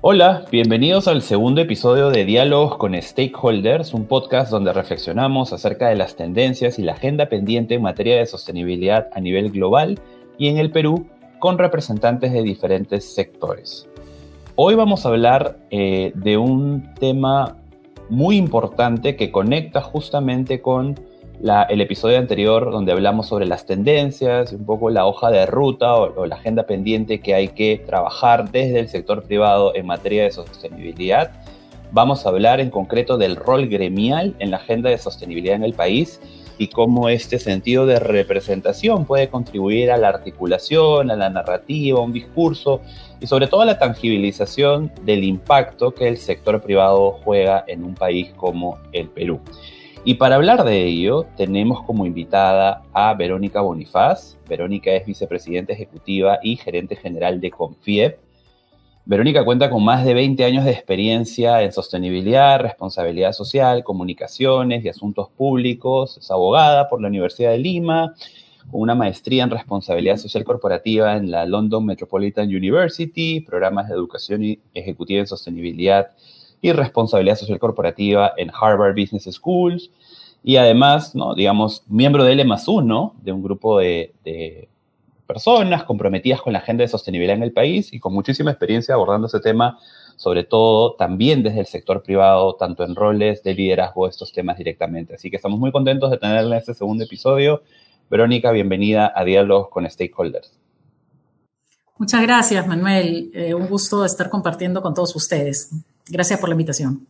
Hola, bienvenidos al segundo episodio de Diálogos con Stakeholders, un podcast donde reflexionamos acerca de las tendencias y la agenda pendiente en materia de sostenibilidad a nivel global y en el Perú con representantes de diferentes sectores. Hoy vamos a hablar de un tema muy importante que conecta justamente con el episodio anterior donde hablamos sobre las tendencias, un poco la hoja de ruta o la agenda pendiente que hay que trabajar desde el sector privado en materia de sostenibilidad. Vamos a hablar en concreto del rol gremial en la agenda de sostenibilidad en el país y cómo este sentido de representación puede contribuir a la articulación, a la narrativa, a un discurso y sobre todo a la tangibilización del impacto que el sector privado juega en un país como el Perú. Y para hablar de ello, tenemos como invitada a Verónica Bonifaz. Verónica es vicepresidenta ejecutiva y gerente general de Confiep. Verónica cuenta con más de 20 años de experiencia en sostenibilidad, responsabilidad social, comunicaciones y asuntos públicos. Es abogada por la Universidad de Lima, con una maestría en responsabilidad social corporativa en la London Metropolitan University, programas de educación ejecutiva en sostenibilidad y responsabilidad social corporativa en Harvard Business Schools, y además, miembro de L+1, de un grupo de personas comprometidas con la agenda de sostenibilidad en el país y con muchísima experiencia abordando ese tema, sobre todo también desde el sector privado, tanto en roles de liderazgo de estos temas directamente. Así que estamos muy contentos de tenerla en este segundo episodio. Verónica, bienvenida a Diálogos con Stakeholders. Muchas gracias, Manuel. Un gusto estar compartiendo con todos ustedes. Gracias por la invitación.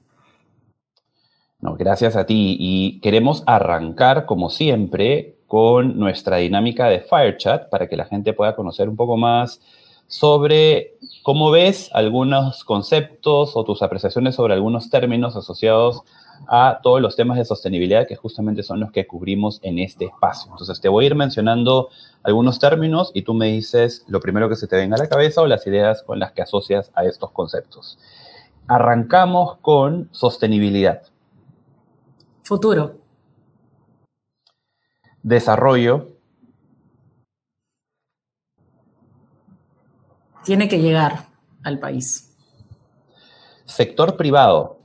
No, gracias a ti. Y queremos arrancar, como siempre, con nuestra dinámica de Fire Chat para que la gente pueda conocer un poco más sobre cómo ves algunos conceptos o tus apreciaciones sobre algunos términos asociados a todos los temas de sostenibilidad que justamente son los que cubrimos en este espacio. Entonces te voy a ir mencionando algunos términos y tú me dices lo primero que se te venga a la cabeza o las ideas con las que asocias a estos conceptos. Arrancamos con sostenibilidad. Futuro. Desarrollo. Tiene que llegar al país. Sector privado.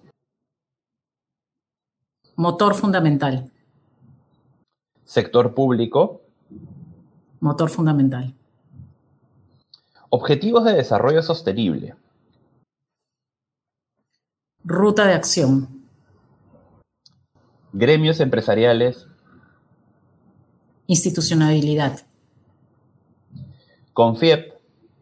Motor fundamental. Sector público. Motor fundamental. Objetivos de desarrollo sostenible. Ruta de acción. Gremios empresariales. Institucionalidad. Confiep.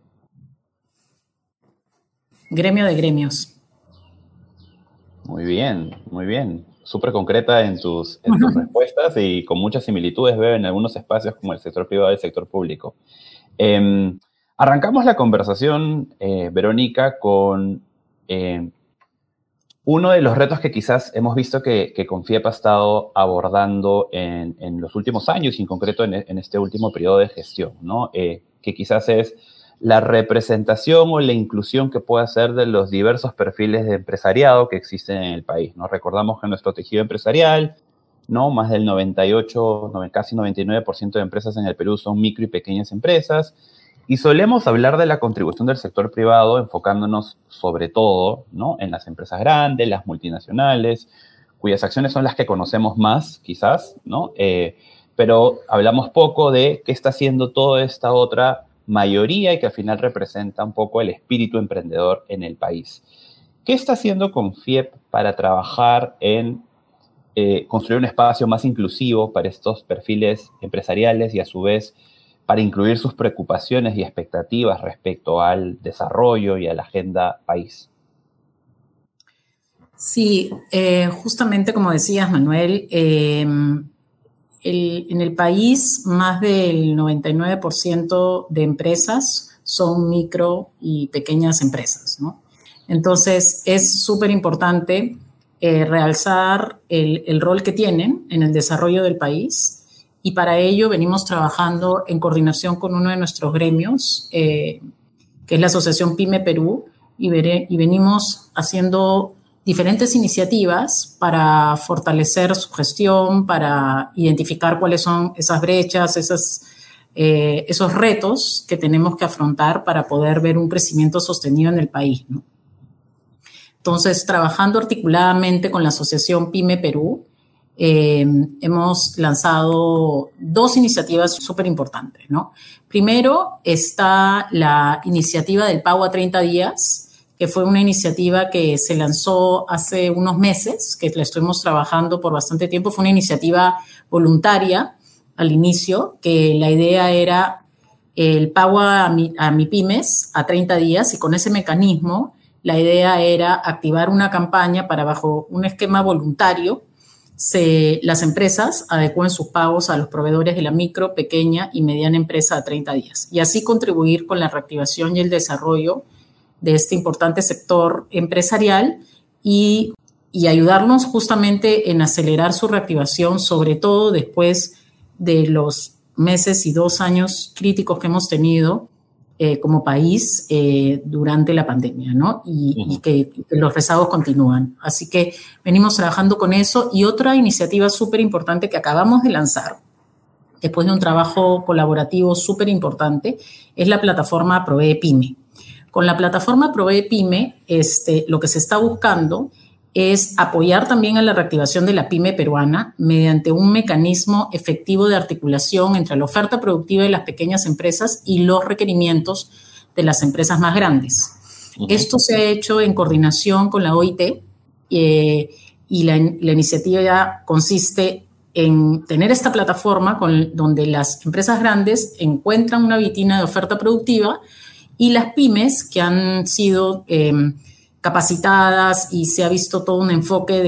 Gremio de gremios. Muy bien. Súper concreta en tus respuestas y con muchas similitudes veo en algunos espacios como el sector privado y el sector público. Arrancamos la conversación, Verónica, con uno de los retos que quizás hemos visto que Confiep ha estado abordando en los últimos años y en concreto en este último periodo de gestión, ¿no? Que quizás es la representación o la inclusión que puede hacer de los diversos perfiles de empresariado que existen en el país, ¿no? Recordamos que nuestro tejido empresarial, ¿no? Más del 98, casi 99% de empresas en el Perú son micro y pequeñas empresas. Y solemos hablar de la contribución del sector privado enfocándonos sobre todo, ¿no? En las empresas grandes, las multinacionales, cuyas acciones son las que conocemos más, quizás, ¿no? Pero hablamos poco de qué está haciendo toda esta otra mayoría y que al final representa un poco el espíritu emprendedor en el país. ¿Qué está haciendo Confiep para trabajar en construir un espacio más inclusivo para estos perfiles empresariales y a su vez para incluir sus preocupaciones y expectativas respecto al desarrollo y a la agenda país? Sí, justamente como decías, Manuel, en el país más del 99% de empresas son micro y pequeñas empresas, ¿no? Entonces, es súper importante realzar el rol que tienen en el desarrollo del país. Y para ello venimos trabajando en coordinación con uno de nuestros gremios, que es la Asociación PYME Perú, y venimos haciendo diferentes iniciativas para fortalecer su gestión, para identificar cuáles son esas brechas, esos retos que tenemos que afrontar para poder ver un crecimiento sostenido en el país, ¿no? Entonces, trabajando articuladamente con la Asociación PYME Perú, hemos lanzado 2 iniciativas súper importantes, ¿no? Primero está la iniciativa del pago a 30 días, que fue una iniciativa que se lanzó hace unos meses, que la estuvimos trabajando por bastante tiempo. Fue una iniciativa voluntaria al inicio, que la idea era el pago a MIPYMES a 30 días, y con ese mecanismo la idea era activar una campaña para, bajo un esquema voluntario, las empresas adecúen sus pagos a los proveedores de la micro, pequeña y mediana empresa a 30 días, y así contribuir con la reactivación y el desarrollo de este importante sector empresarial y ayudarnos justamente en acelerar su reactivación, sobre todo después de los meses y 2 años críticos que hemos tenido como país durante la pandemia, ¿no? Y que los rezagos continúan. Así que venimos trabajando con eso. Y otra iniciativa súper importante que acabamos de lanzar, después de un trabajo colaborativo súper importante, es la plataforma Provee Pyme. Con la plataforma Provee Pyme, lo que se está buscando es apoyar también a la reactivación de la pyme peruana mediante un mecanismo efectivo de articulación entre la oferta productiva de las pequeñas empresas y los requerimientos de las empresas más grandes. Esto se ha hecho en coordinación con la OIT y la iniciativa ya consiste en tener esta plataforma donde las empresas grandes encuentran una vitrina de oferta productiva y las pymes que han sido capacitadas, y se ha visto todo un enfoque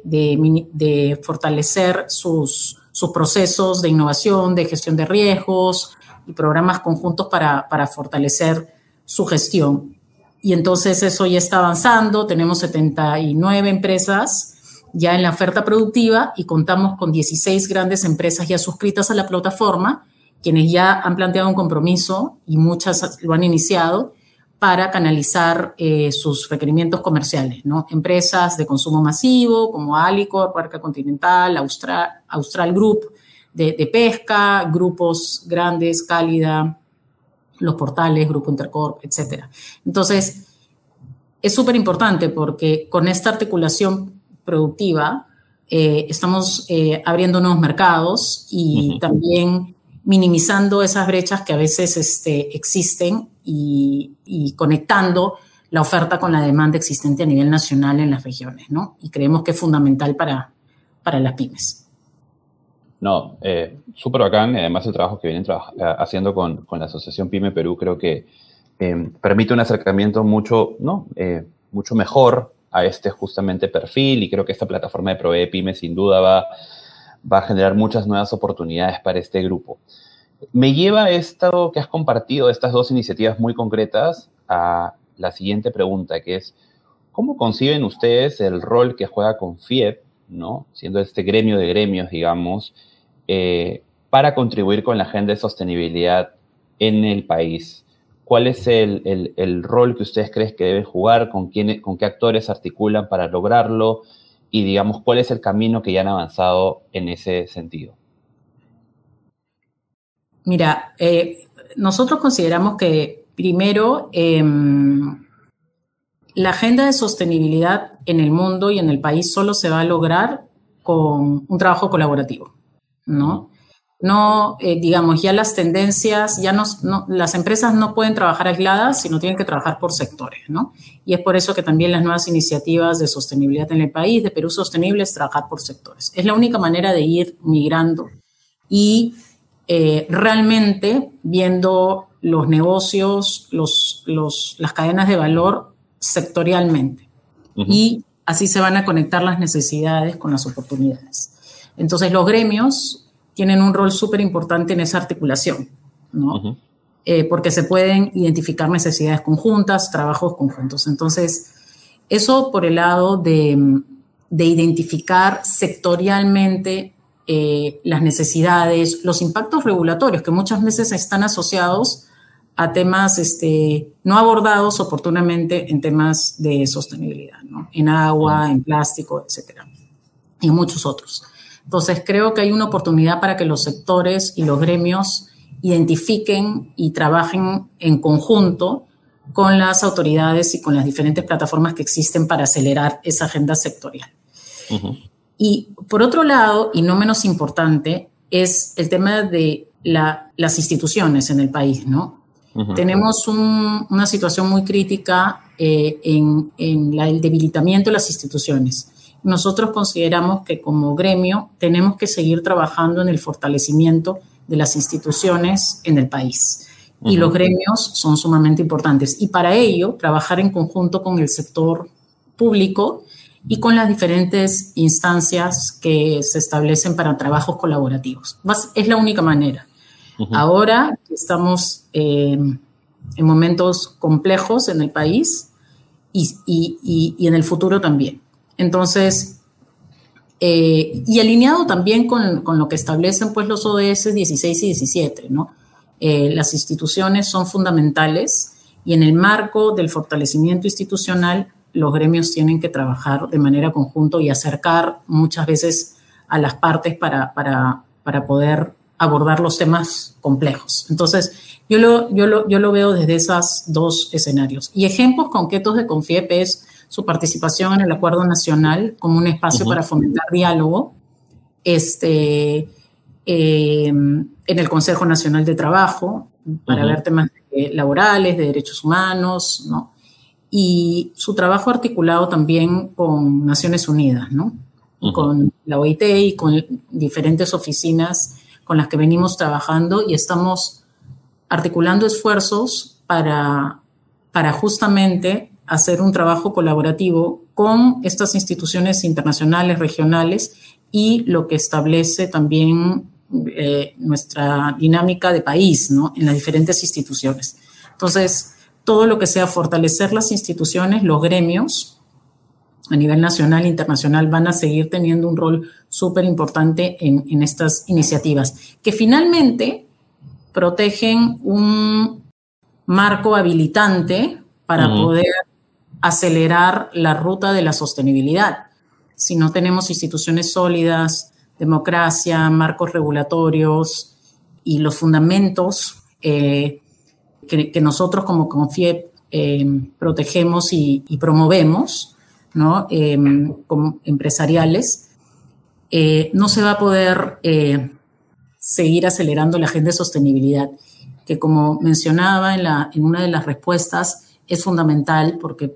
de fortalecer sus procesos de innovación, de gestión de riesgos y programas conjuntos para fortalecer su gestión. Y entonces eso ya está avanzando. Tenemos 79 empresas ya en la oferta productiva y contamos con 16 grandes empresas ya suscritas a la plataforma, quienes ya han planteado un compromiso y muchas lo han iniciado para canalizar sus requerimientos comerciales, ¿no? Empresas de consumo masivo como Alicorp, Arca Continental, Austral Group de pesca, grupos grandes, Cálida, Los Portales, Grupo Intercorp, etc. Entonces, es súper importante porque con esta articulación productiva estamos abriendo nuevos mercados y también minimizando esas brechas que a veces existen y conectando la oferta con la demanda existente a nivel nacional en las regiones, ¿no? Y creemos que es fundamental para las pymes. No, súper bacán. Además, el trabajo que vienen haciendo con la Asociación PYME Perú creo que permite un acercamiento mucho mejor a justamente perfil, y creo que esta plataforma de Provee Pyme sin duda va a generar muchas nuevas oportunidades para este grupo. Me lleva esto que has compartido, estas 2 iniciativas muy concretas, a la siguiente pregunta, que es, ¿cómo conciben ustedes el rol que juega Confiep, ¿no? Siendo este gremio de gremios, digamos, para contribuir con la agenda de sostenibilidad en el país? ¿Cuál es el rol que ustedes creen que deben jugar? ¿Con qué actores articulan para lograrlo? Y, digamos, ¿cuál es el camino que ya han avanzado en ese sentido? Mira, nosotros consideramos que, primero, la agenda de sostenibilidad en el mundo y en el país solo se va a lograr con un trabajo colaborativo, ¿no? No, digamos, ya las tendencias, las empresas no pueden trabajar aisladas, sino tienen que trabajar por sectores, ¿no? Y es por eso que también las nuevas iniciativas de sostenibilidad en el país, de Perú Sostenible, es trabajar por sectores. Es la única manera de ir migrando y realmente viendo los negocios, las cadenas de valor sectorialmente. Y así se van a conectar las necesidades con las oportunidades. Entonces, los gremios tienen un rol súper importante en esa articulación, ¿no? Porque se pueden identificar necesidades conjuntas, trabajos conjuntos. Entonces, eso por el lado de identificar sectorialmente las necesidades, los impactos regulatorios que muchas veces están asociados a temas no abordados oportunamente en temas de sostenibilidad, ¿no? En agua, en plástico, etcétera, y en muchos otros. Entonces, creo que hay una oportunidad para que los sectores y los gremios identifiquen y trabajen en conjunto con las autoridades y con las diferentes plataformas que existen para acelerar esa agenda sectorial. Uh-huh. Y por otro lado, y no menos importante, es el tema de las instituciones en el país, ¿no? Uh-huh. Tenemos una situación muy crítica en el debilitamiento de las instituciones. Nosotros consideramos que como gremio tenemos que seguir trabajando en el fortalecimiento de las instituciones en el país. Y los gremios son sumamente importantes. Y para ello, trabajar en conjunto con el sector público y con las diferentes instancias que se establecen para trabajos colaborativos. Es la única manera. Ahora que estamos en momentos complejos en el país y en el futuro también. Entonces, y alineado también con lo que establecen pues, los ODS 16 y 17, ¿no? Las instituciones son fundamentales y en el marco del fortalecimiento institucional los gremios tienen que trabajar de manera conjunta y acercar muchas veces a las partes para poder abordar los temas complejos. Entonces, yo lo veo desde esos dos escenarios. Y ejemplos concretos de CONFIEP es su participación en el Acuerdo Nacional como un espacio para fomentar diálogo, en el Consejo Nacional de Trabajo, para ver temas laborales, de derechos humanos, ¿no? Y su trabajo articulado también con Naciones Unidas, ¿no? Con la OIT y con diferentes oficinas con las que venimos trabajando y estamos articulando esfuerzos para justamente hacer un trabajo colaborativo con estas instituciones internacionales, regionales y lo que establece también nuestra dinámica de país, ¿no? En las diferentes instituciones. Entonces, todo lo que sea fortalecer las instituciones, los gremios, a nivel nacional e internacional, van a seguir teniendo un rol súper importante en estas iniciativas, que finalmente protegen un marco habilitante para poder acelerar la ruta de la sostenibilidad. Si no tenemos instituciones sólidas, democracia, marcos regulatorios y los fundamentos que nosotros como CONFIEP protegemos y promovemos, ¿no? Como empresariales, no se va a poder seguir acelerando la agenda de sostenibilidad, que como mencionaba en una de las respuestas, es fundamental porque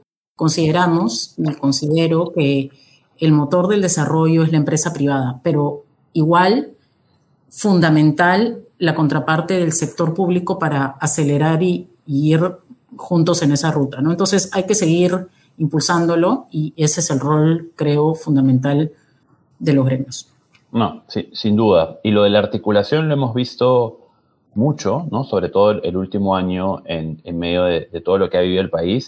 considero que el motor del desarrollo es la empresa privada, pero igual fundamental la contraparte del sector público para acelerar y ir juntos en esa ruta, ¿no? Entonces hay que seguir impulsándolo y ese es el rol, creo, fundamental de los gremios. No, sí, sin duda. Y lo de la articulación lo hemos visto mucho, ¿no? Sobre todo el último año en medio de todo lo que ha vivido el país.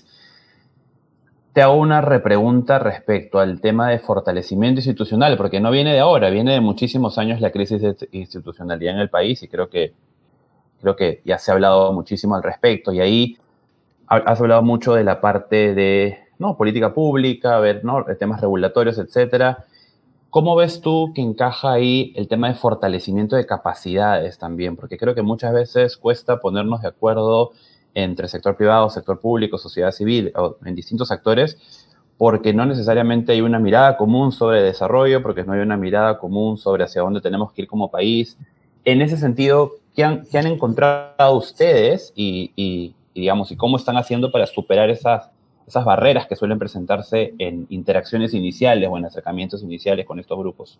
Te hago una repregunta respecto al tema de fortalecimiento institucional, porque no viene de ahora, viene de muchísimos años la crisis de institucionalidad en el país y creo que ya se ha hablado muchísimo al respecto. Y ahí has hablado mucho de la parte de política pública, ¿no? Temas regulatorios, etcétera. ¿Cómo ves tú que encaja ahí el tema de fortalecimiento de capacidades también? Porque creo que muchas veces cuesta ponernos de acuerdo entre sector privado, sector público, sociedad civil, o en distintos actores, porque no necesariamente hay una mirada común sobre desarrollo, porque no hay una mirada común sobre hacia dónde tenemos que ir como país. En ese sentido, ¿qué han encontrado ustedes y cómo están haciendo para superar esas barreras que suelen presentarse en interacciones iniciales o en acercamientos iniciales con estos grupos?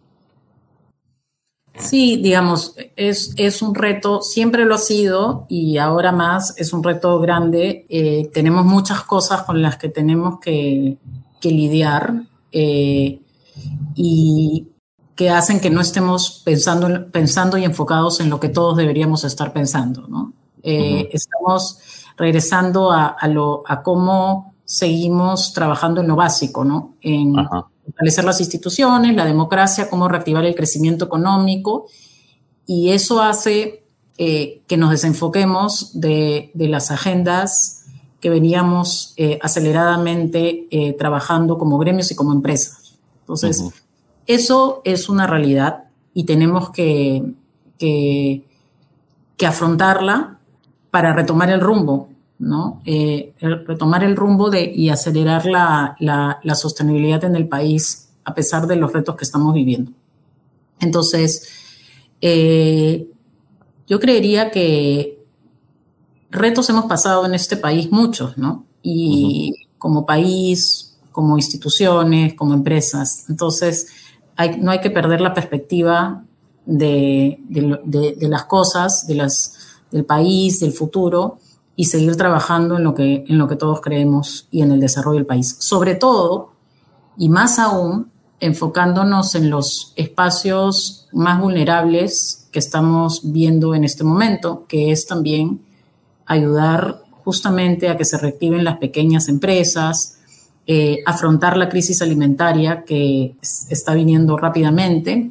Sí, digamos, es un reto, siempre lo ha sido y ahora más es un reto grande. Tenemos muchas cosas con las que tenemos que lidiar y que hacen que no estemos pensando y enfocados en lo que todos deberíamos estar pensando, ¿no? Estamos regresando a cómo seguimos trabajando en lo básico, ¿no? En fortalecer las instituciones, la democracia, cómo reactivar el crecimiento económico, y eso hace que nos desenfoquemos de las agendas que veníamos aceleradamente trabajando como gremios y como empresas. Entonces, eso es una realidad y tenemos que afrontarla para retomar el rumbo ¿no? Retomar el rumbo y acelerar la sostenibilidad en el país a pesar de los retos que estamos viviendo. Entonces, yo creería que retos hemos pasado en este país muchos, ¿no? Y como país, como instituciones, como empresas. Entonces, no hay que perder la perspectiva de las cosas, del país, del futuro, y seguir trabajando en lo que todos creemos y en el desarrollo del país. Sobre todo, y más aún, enfocándonos en los espacios más vulnerables que estamos viendo en este momento, que es también ayudar justamente a que se reactiven las pequeñas empresas, afrontar la crisis alimentaria que está viniendo rápidamente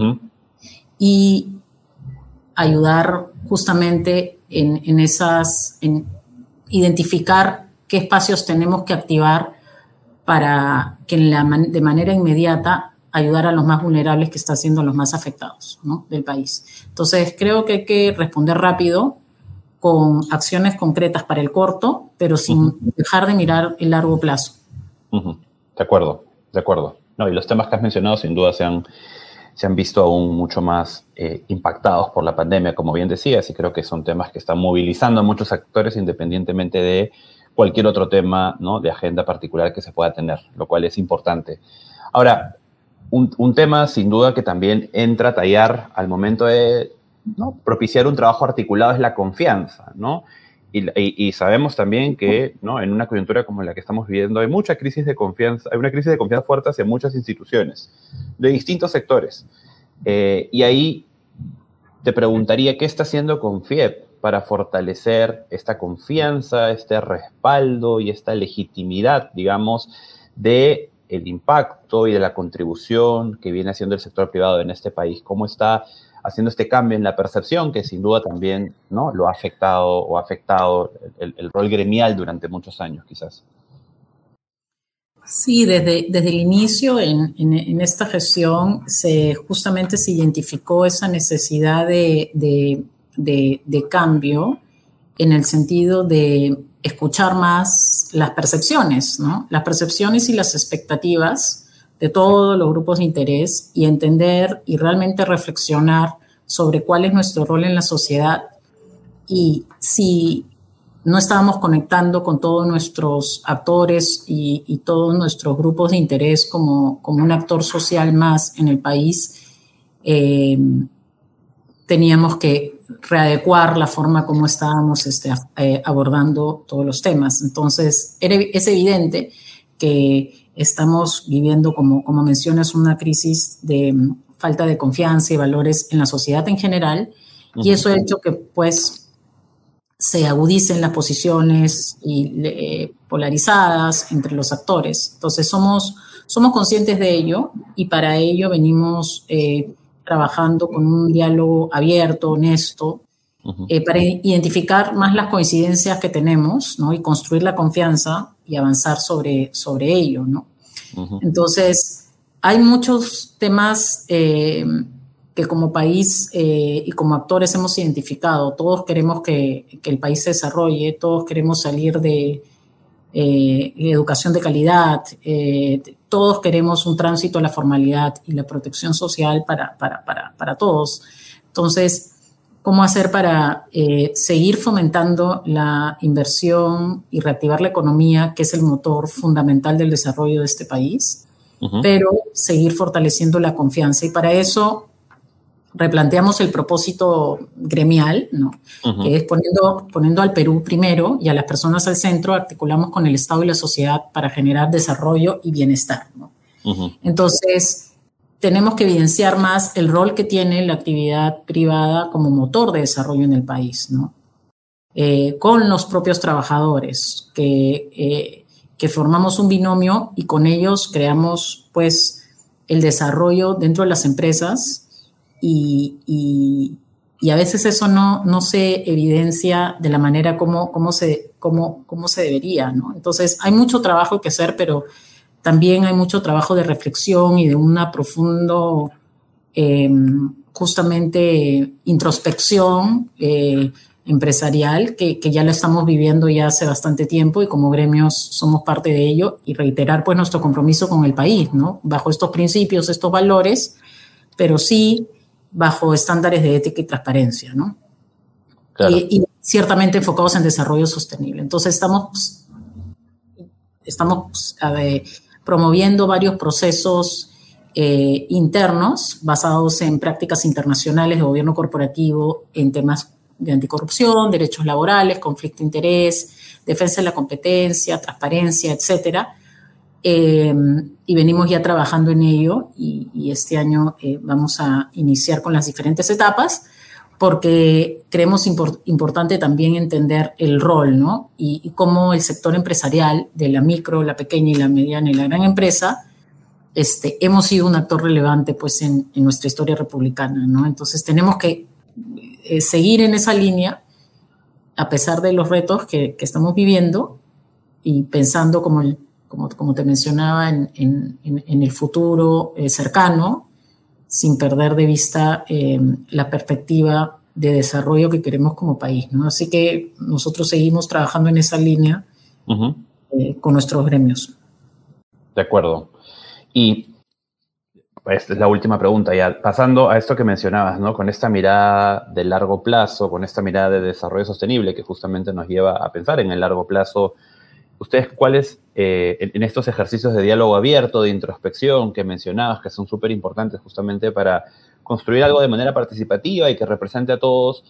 y ayudar justamente en identificar qué espacios tenemos que activar para que de manera inmediata ayudar a los más vulnerables que están siendo los más afectados, ¿no?, del país. Entonces, creo que hay que responder rápido con acciones concretas para el corto, pero sin dejar de mirar el largo plazo. De acuerdo. No, y los temas que has mencionado sin duda se han visto aún mucho más impactados por la pandemia, como bien decías, y creo que son temas que están movilizando a muchos actores independientemente de cualquier otro tema, ¿no?, de agenda particular que se pueda tener, lo cual es importante. Ahora, un tema sin duda que también entra a tallar al momento de, ¿no?, propiciar un trabajo articulado es la confianza, ¿no? Y sabemos también que, ¿no?, en una coyuntura como la que estamos viviendo hay mucha crisis de confianza, hay una crisis de confianza fuerte hacia muchas instituciones de distintos sectores. Y ahí te preguntaría, ¿qué está haciendo Confiep para fortalecer esta confianza, este respaldo y esta legitimidad, digamos, de el impacto y de la contribución que viene haciendo el sector privado en este país? ¿Cómo está haciendo este cambio en la percepción que sin duda también, ¿no?, lo ha afectado o ha afectado el rol gremial durante muchos años, quizás? Sí, desde el inicio en esta gestión justamente se identificó esa necesidad de cambio en el sentido de escuchar más las percepciones, ¿no? Las percepciones y las expectativas de todos los grupos de interés y entender y realmente reflexionar sobre cuál es nuestro rol en la sociedad y si no estábamos conectando con todos nuestros actores y todos nuestros grupos de interés como un actor social más en el país, teníamos que readecuar la forma como estábamos abordando todos los temas. Entonces, es evidente que estamos viviendo, como mencionas, una crisis de falta de confianza y valores en la sociedad en general, y eso ha hecho que, pues, se agudicen las posiciones polarizadas entre los actores. Entonces, somos conscientes de ello y para ello venimos trabajando con un diálogo abierto, honesto, para identificar más las coincidencias que tenemos, ¿no?, y construir la confianza y avanzar sobre ello, ¿no? Entonces, hay muchos temas que como país y como actores hemos identificado. Todos queremos que el país se desarrolle, todos queremos salir de educación de calidad, todos queremos un tránsito a la formalidad y la protección social para todos. Entonces, ¿cómo hacer para seguir fomentando la inversión y reactivar la economía, que es el motor fundamental del desarrollo de este país, pero seguir fortaleciendo la confianza? Y para eso replanteamos el propósito gremial, ¿no?, que es poniendo al Perú primero y a las personas al centro, articulamos con el Estado y la sociedad para generar desarrollo y bienestar, ¿no? Entonces, tenemos que evidenciar más el rol que tiene la actividad privada como motor de desarrollo en el país, ¿no? Con los propios trabajadores, que formamos un binomio y con ellos creamos, pues, el desarrollo dentro de las empresas. Y a veces eso no se evidencia de la manera como se debería, ¿no? Entonces, hay mucho trabajo que hacer, pero también hay mucho trabajo de reflexión y de una profunda, justamente, introspección empresarial que ya lo estamos viviendo ya hace bastante tiempo y como gremios somos parte de ello y reiterar pues nuestro compromiso con el país, ¿no? Bajo estos principios, estos valores, pero sí bajo estándares de ética y transparencia, ¿no? Claro. Y ciertamente enfocados en desarrollo sostenible. Entonces estamos promoviendo varios procesos internos basados en prácticas internacionales de gobierno corporativo en temas de anticorrupción, derechos laborales, conflicto de interés, defensa de la competencia, transparencia, etcétera. Y venimos ya trabajando en ello y este año vamos a iniciar con las diferentes etapas porque creemos importante también entender el rol, ¿no? Y cómo el sector empresarial de la micro, la pequeña y la mediana y la gran empresa hemos sido un actor relevante pues, en nuestra historia republicana, ¿no? Entonces tenemos que seguir en esa línea a pesar de los retos que estamos viviendo y pensando, como te mencionaba, en el futuro cercano, sin perder de vista la perspectiva de desarrollo que queremos como país, ¿no? Así que nosotros seguimos trabajando en esa línea con nuestros gremios. De acuerdo. Y esta es la última pregunta, ya pasando a esto que mencionabas, ¿no? Con esta mirada de largo plazo, con esta mirada de desarrollo sostenible que justamente nos lleva a pensar en el largo plazo, ¿ustedes cuáles, en estos ejercicios de diálogo abierto, de introspección que mencionabas, que son súper importantes justamente para construir algo de manera participativa y que represente a todos,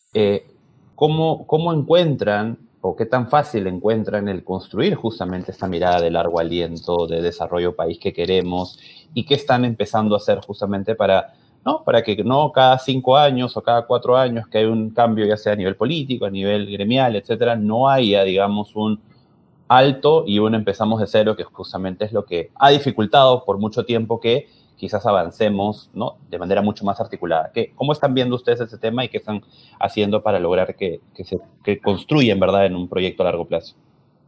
¿cómo encuentran o qué tan fácil encuentran el construir justamente esta mirada de largo aliento, de desarrollo país que queremos y qué están empezando a hacer justamente para que no cada 5 años o cada 4 años que hay un cambio, ya sea a nivel político, a nivel gremial, etcétera, no haya, digamos, un alto y empezamos de cero, que justamente es lo que ha dificultado por mucho tiempo que quizás avancemos, ¿no? De manera mucho más articulada. ¿Cómo están viendo ustedes ese tema y qué están haciendo para lograr que construyan, ¿verdad?, en un proyecto a largo plazo?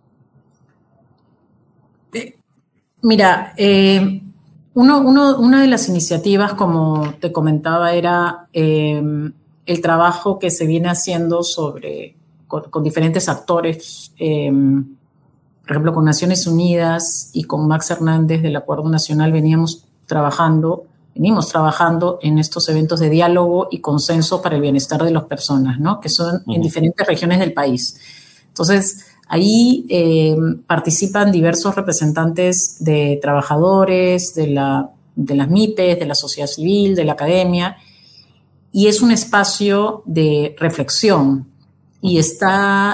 Mira, una de las iniciativas, como te comentaba, era el trabajo que se viene haciendo con diferentes actores, por ejemplo, con Naciones Unidas y con Max Hernández del Acuerdo Nacional venimos trabajando en estos eventos de diálogo y consenso para el bienestar de las personas, ¿no? Que son en diferentes regiones del país. Entonces, ahí participan diversos representantes de trabajadores, de las MIPES, de la sociedad civil, de la academia, y es un espacio de reflexión. Y este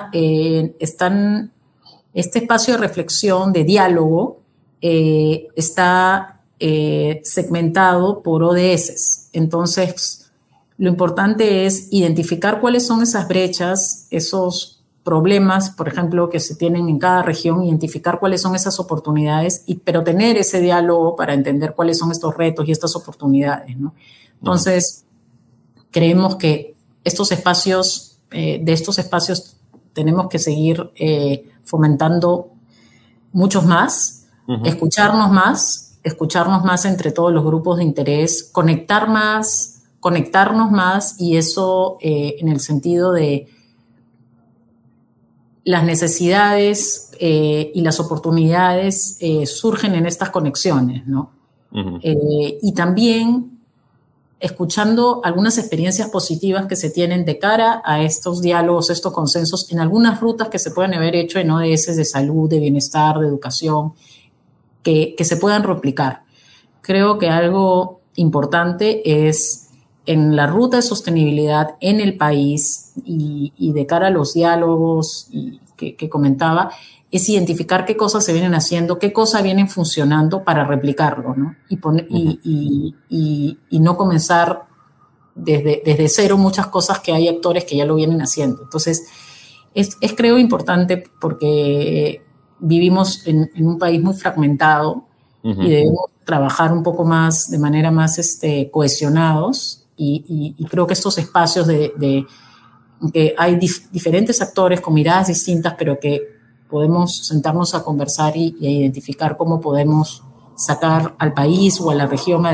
espacio de reflexión, de diálogo, está segmentado por ODS. Entonces, lo importante es identificar cuáles son esas brechas, esos problemas, por ejemplo, que se tienen en cada región, identificar cuáles son esas oportunidades, pero tener ese diálogo para entender cuáles son estos retos y estas oportunidades, ¿no? Entonces, creemos que de estos espacios tenemos que seguir fomentando muchos más, escucharnos más entre todos los grupos de interés, conectarnos más, y eso en el sentido de las necesidades y las oportunidades surgen en estas conexiones, ¿no? Y también escuchando algunas experiencias positivas que se tienen de cara a estos diálogos, estos consensos, en algunas rutas que se pueden haber hecho en ODS de salud, de bienestar, de educación, que se puedan replicar. Creo que algo importante es en la ruta de sostenibilidad en el país y de cara a los diálogos que comentaba, es identificar qué cosas se vienen haciendo, qué cosas vienen funcionando para replicarlo, ¿no? Y no comenzar desde cero muchas cosas que hay actores que ya lo vienen haciendo. Entonces, es creo importante porque vivimos en un país muy fragmentado y debemos trabajar un poco más, de manera más cohesionados y creo que estos espacios que hay diferentes actores con miradas distintas, pero que podemos sentarnos a conversar y a identificar cómo podemos sacar al país o a la región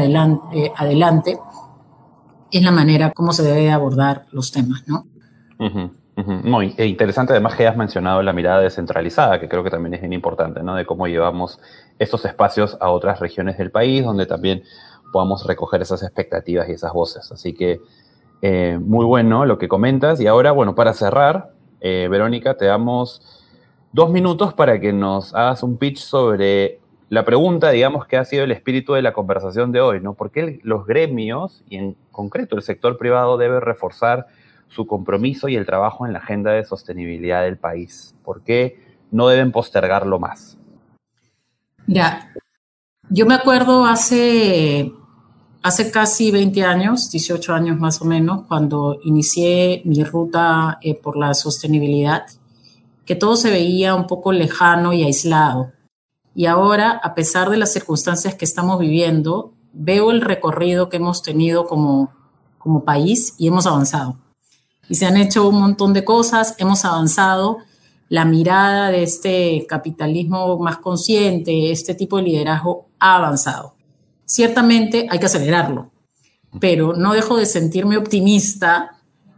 adelante, es la manera como se debe abordar los temas, ¿no? No, e interesante además que hayas mencionado la mirada descentralizada, que creo que también es bien importante, ¿no? De cómo llevamos estos espacios a otras regiones del país, donde también podamos recoger esas expectativas y esas voces. Así que muy bueno lo que comentas. Y ahora, bueno, para cerrar, Verónica, te damos 2 minutos para que nos hagas un pitch sobre la pregunta, digamos, que ha sido el espíritu de la conversación de hoy, ¿no? ¿Por qué los gremios, y en concreto el sector privado, debe reforzar su compromiso y el trabajo en la agenda de sostenibilidad del país? ¿Por qué no deben postergarlo más? Ya, yo me acuerdo hace casi 20 años, 18 años más o menos, cuando inicié mi ruta por la sostenibilidad, que todo se veía un poco lejano y aislado. Y ahora, a pesar de las circunstancias que estamos viviendo, veo el recorrido que hemos tenido como país y hemos avanzado. Y se han hecho un montón de cosas, hemos avanzado. La mirada de este capitalismo más consciente, este tipo de liderazgo ha avanzado. Ciertamente hay que acelerarlo, pero no dejo de sentirme optimista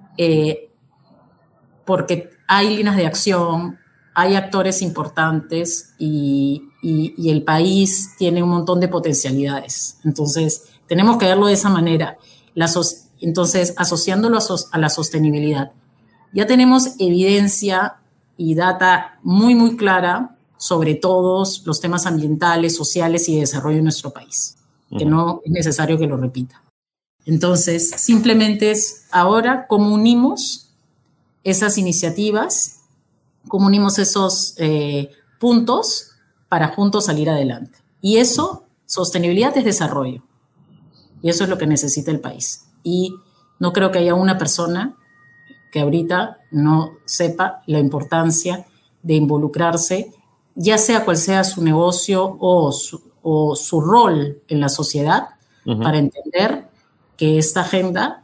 porque hay líneas de acción, hay actores importantes y el país tiene un montón de potencialidades. Entonces, tenemos que verlo de esa manera. Entonces, asociándolo a la sostenibilidad. Ya tenemos evidencia y data muy, muy clara sobre todos los temas ambientales, sociales y de desarrollo en nuestro país, que no es necesario que lo repita. Entonces, simplemente es ahora cómo unimos esas iniciativas, cómo unimos esos puntos para juntos salir adelante. Y eso, sostenibilidad es desarrollo. Y eso es lo que necesita el país. Y no creo que haya una persona que ahorita no sepa la importancia de involucrarse, ya sea cual sea su negocio o su rol en la sociedad, para entender que esta agenda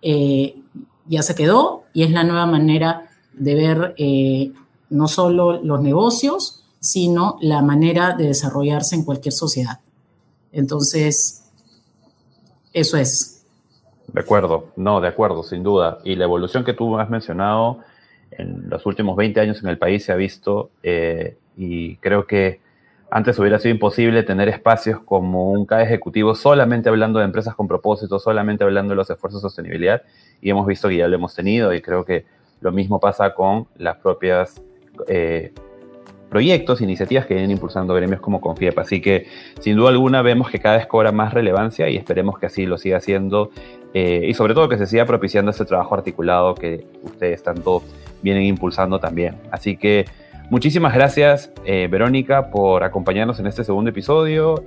ya se quedó y es la nueva manera de ver no solo los negocios, sino la manera de desarrollarse en cualquier sociedad. Entonces, eso es. De acuerdo, no, de acuerdo, sin duda. Y la evolución que tú has mencionado en los últimos 20 años en el país se ha visto y creo que antes hubiera sido imposible tener espacios como un CAE ejecutivo solamente hablando de empresas con propósito, solamente hablando de los esfuerzos de sostenibilidad, y hemos visto que ya lo hemos tenido y creo que lo mismo pasa con las propias proyectos, iniciativas que vienen impulsando gremios como Confiepa. Así que, sin duda alguna, vemos que cada vez cobra más relevancia y esperemos que así lo siga haciendo y sobre todo que se siga propiciando este trabajo articulado que ustedes tanto vienen impulsando también. Así que muchísimas gracias, Verónica, por acompañarnos en este segundo episodio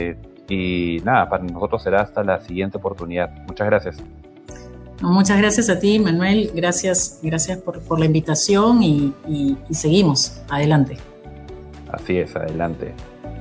y nada, para nosotros será hasta la siguiente oportunidad. Muchas gracias. Muchas gracias a ti, Manuel. Gracias por la invitación y seguimos. Adelante. Así es, adelante.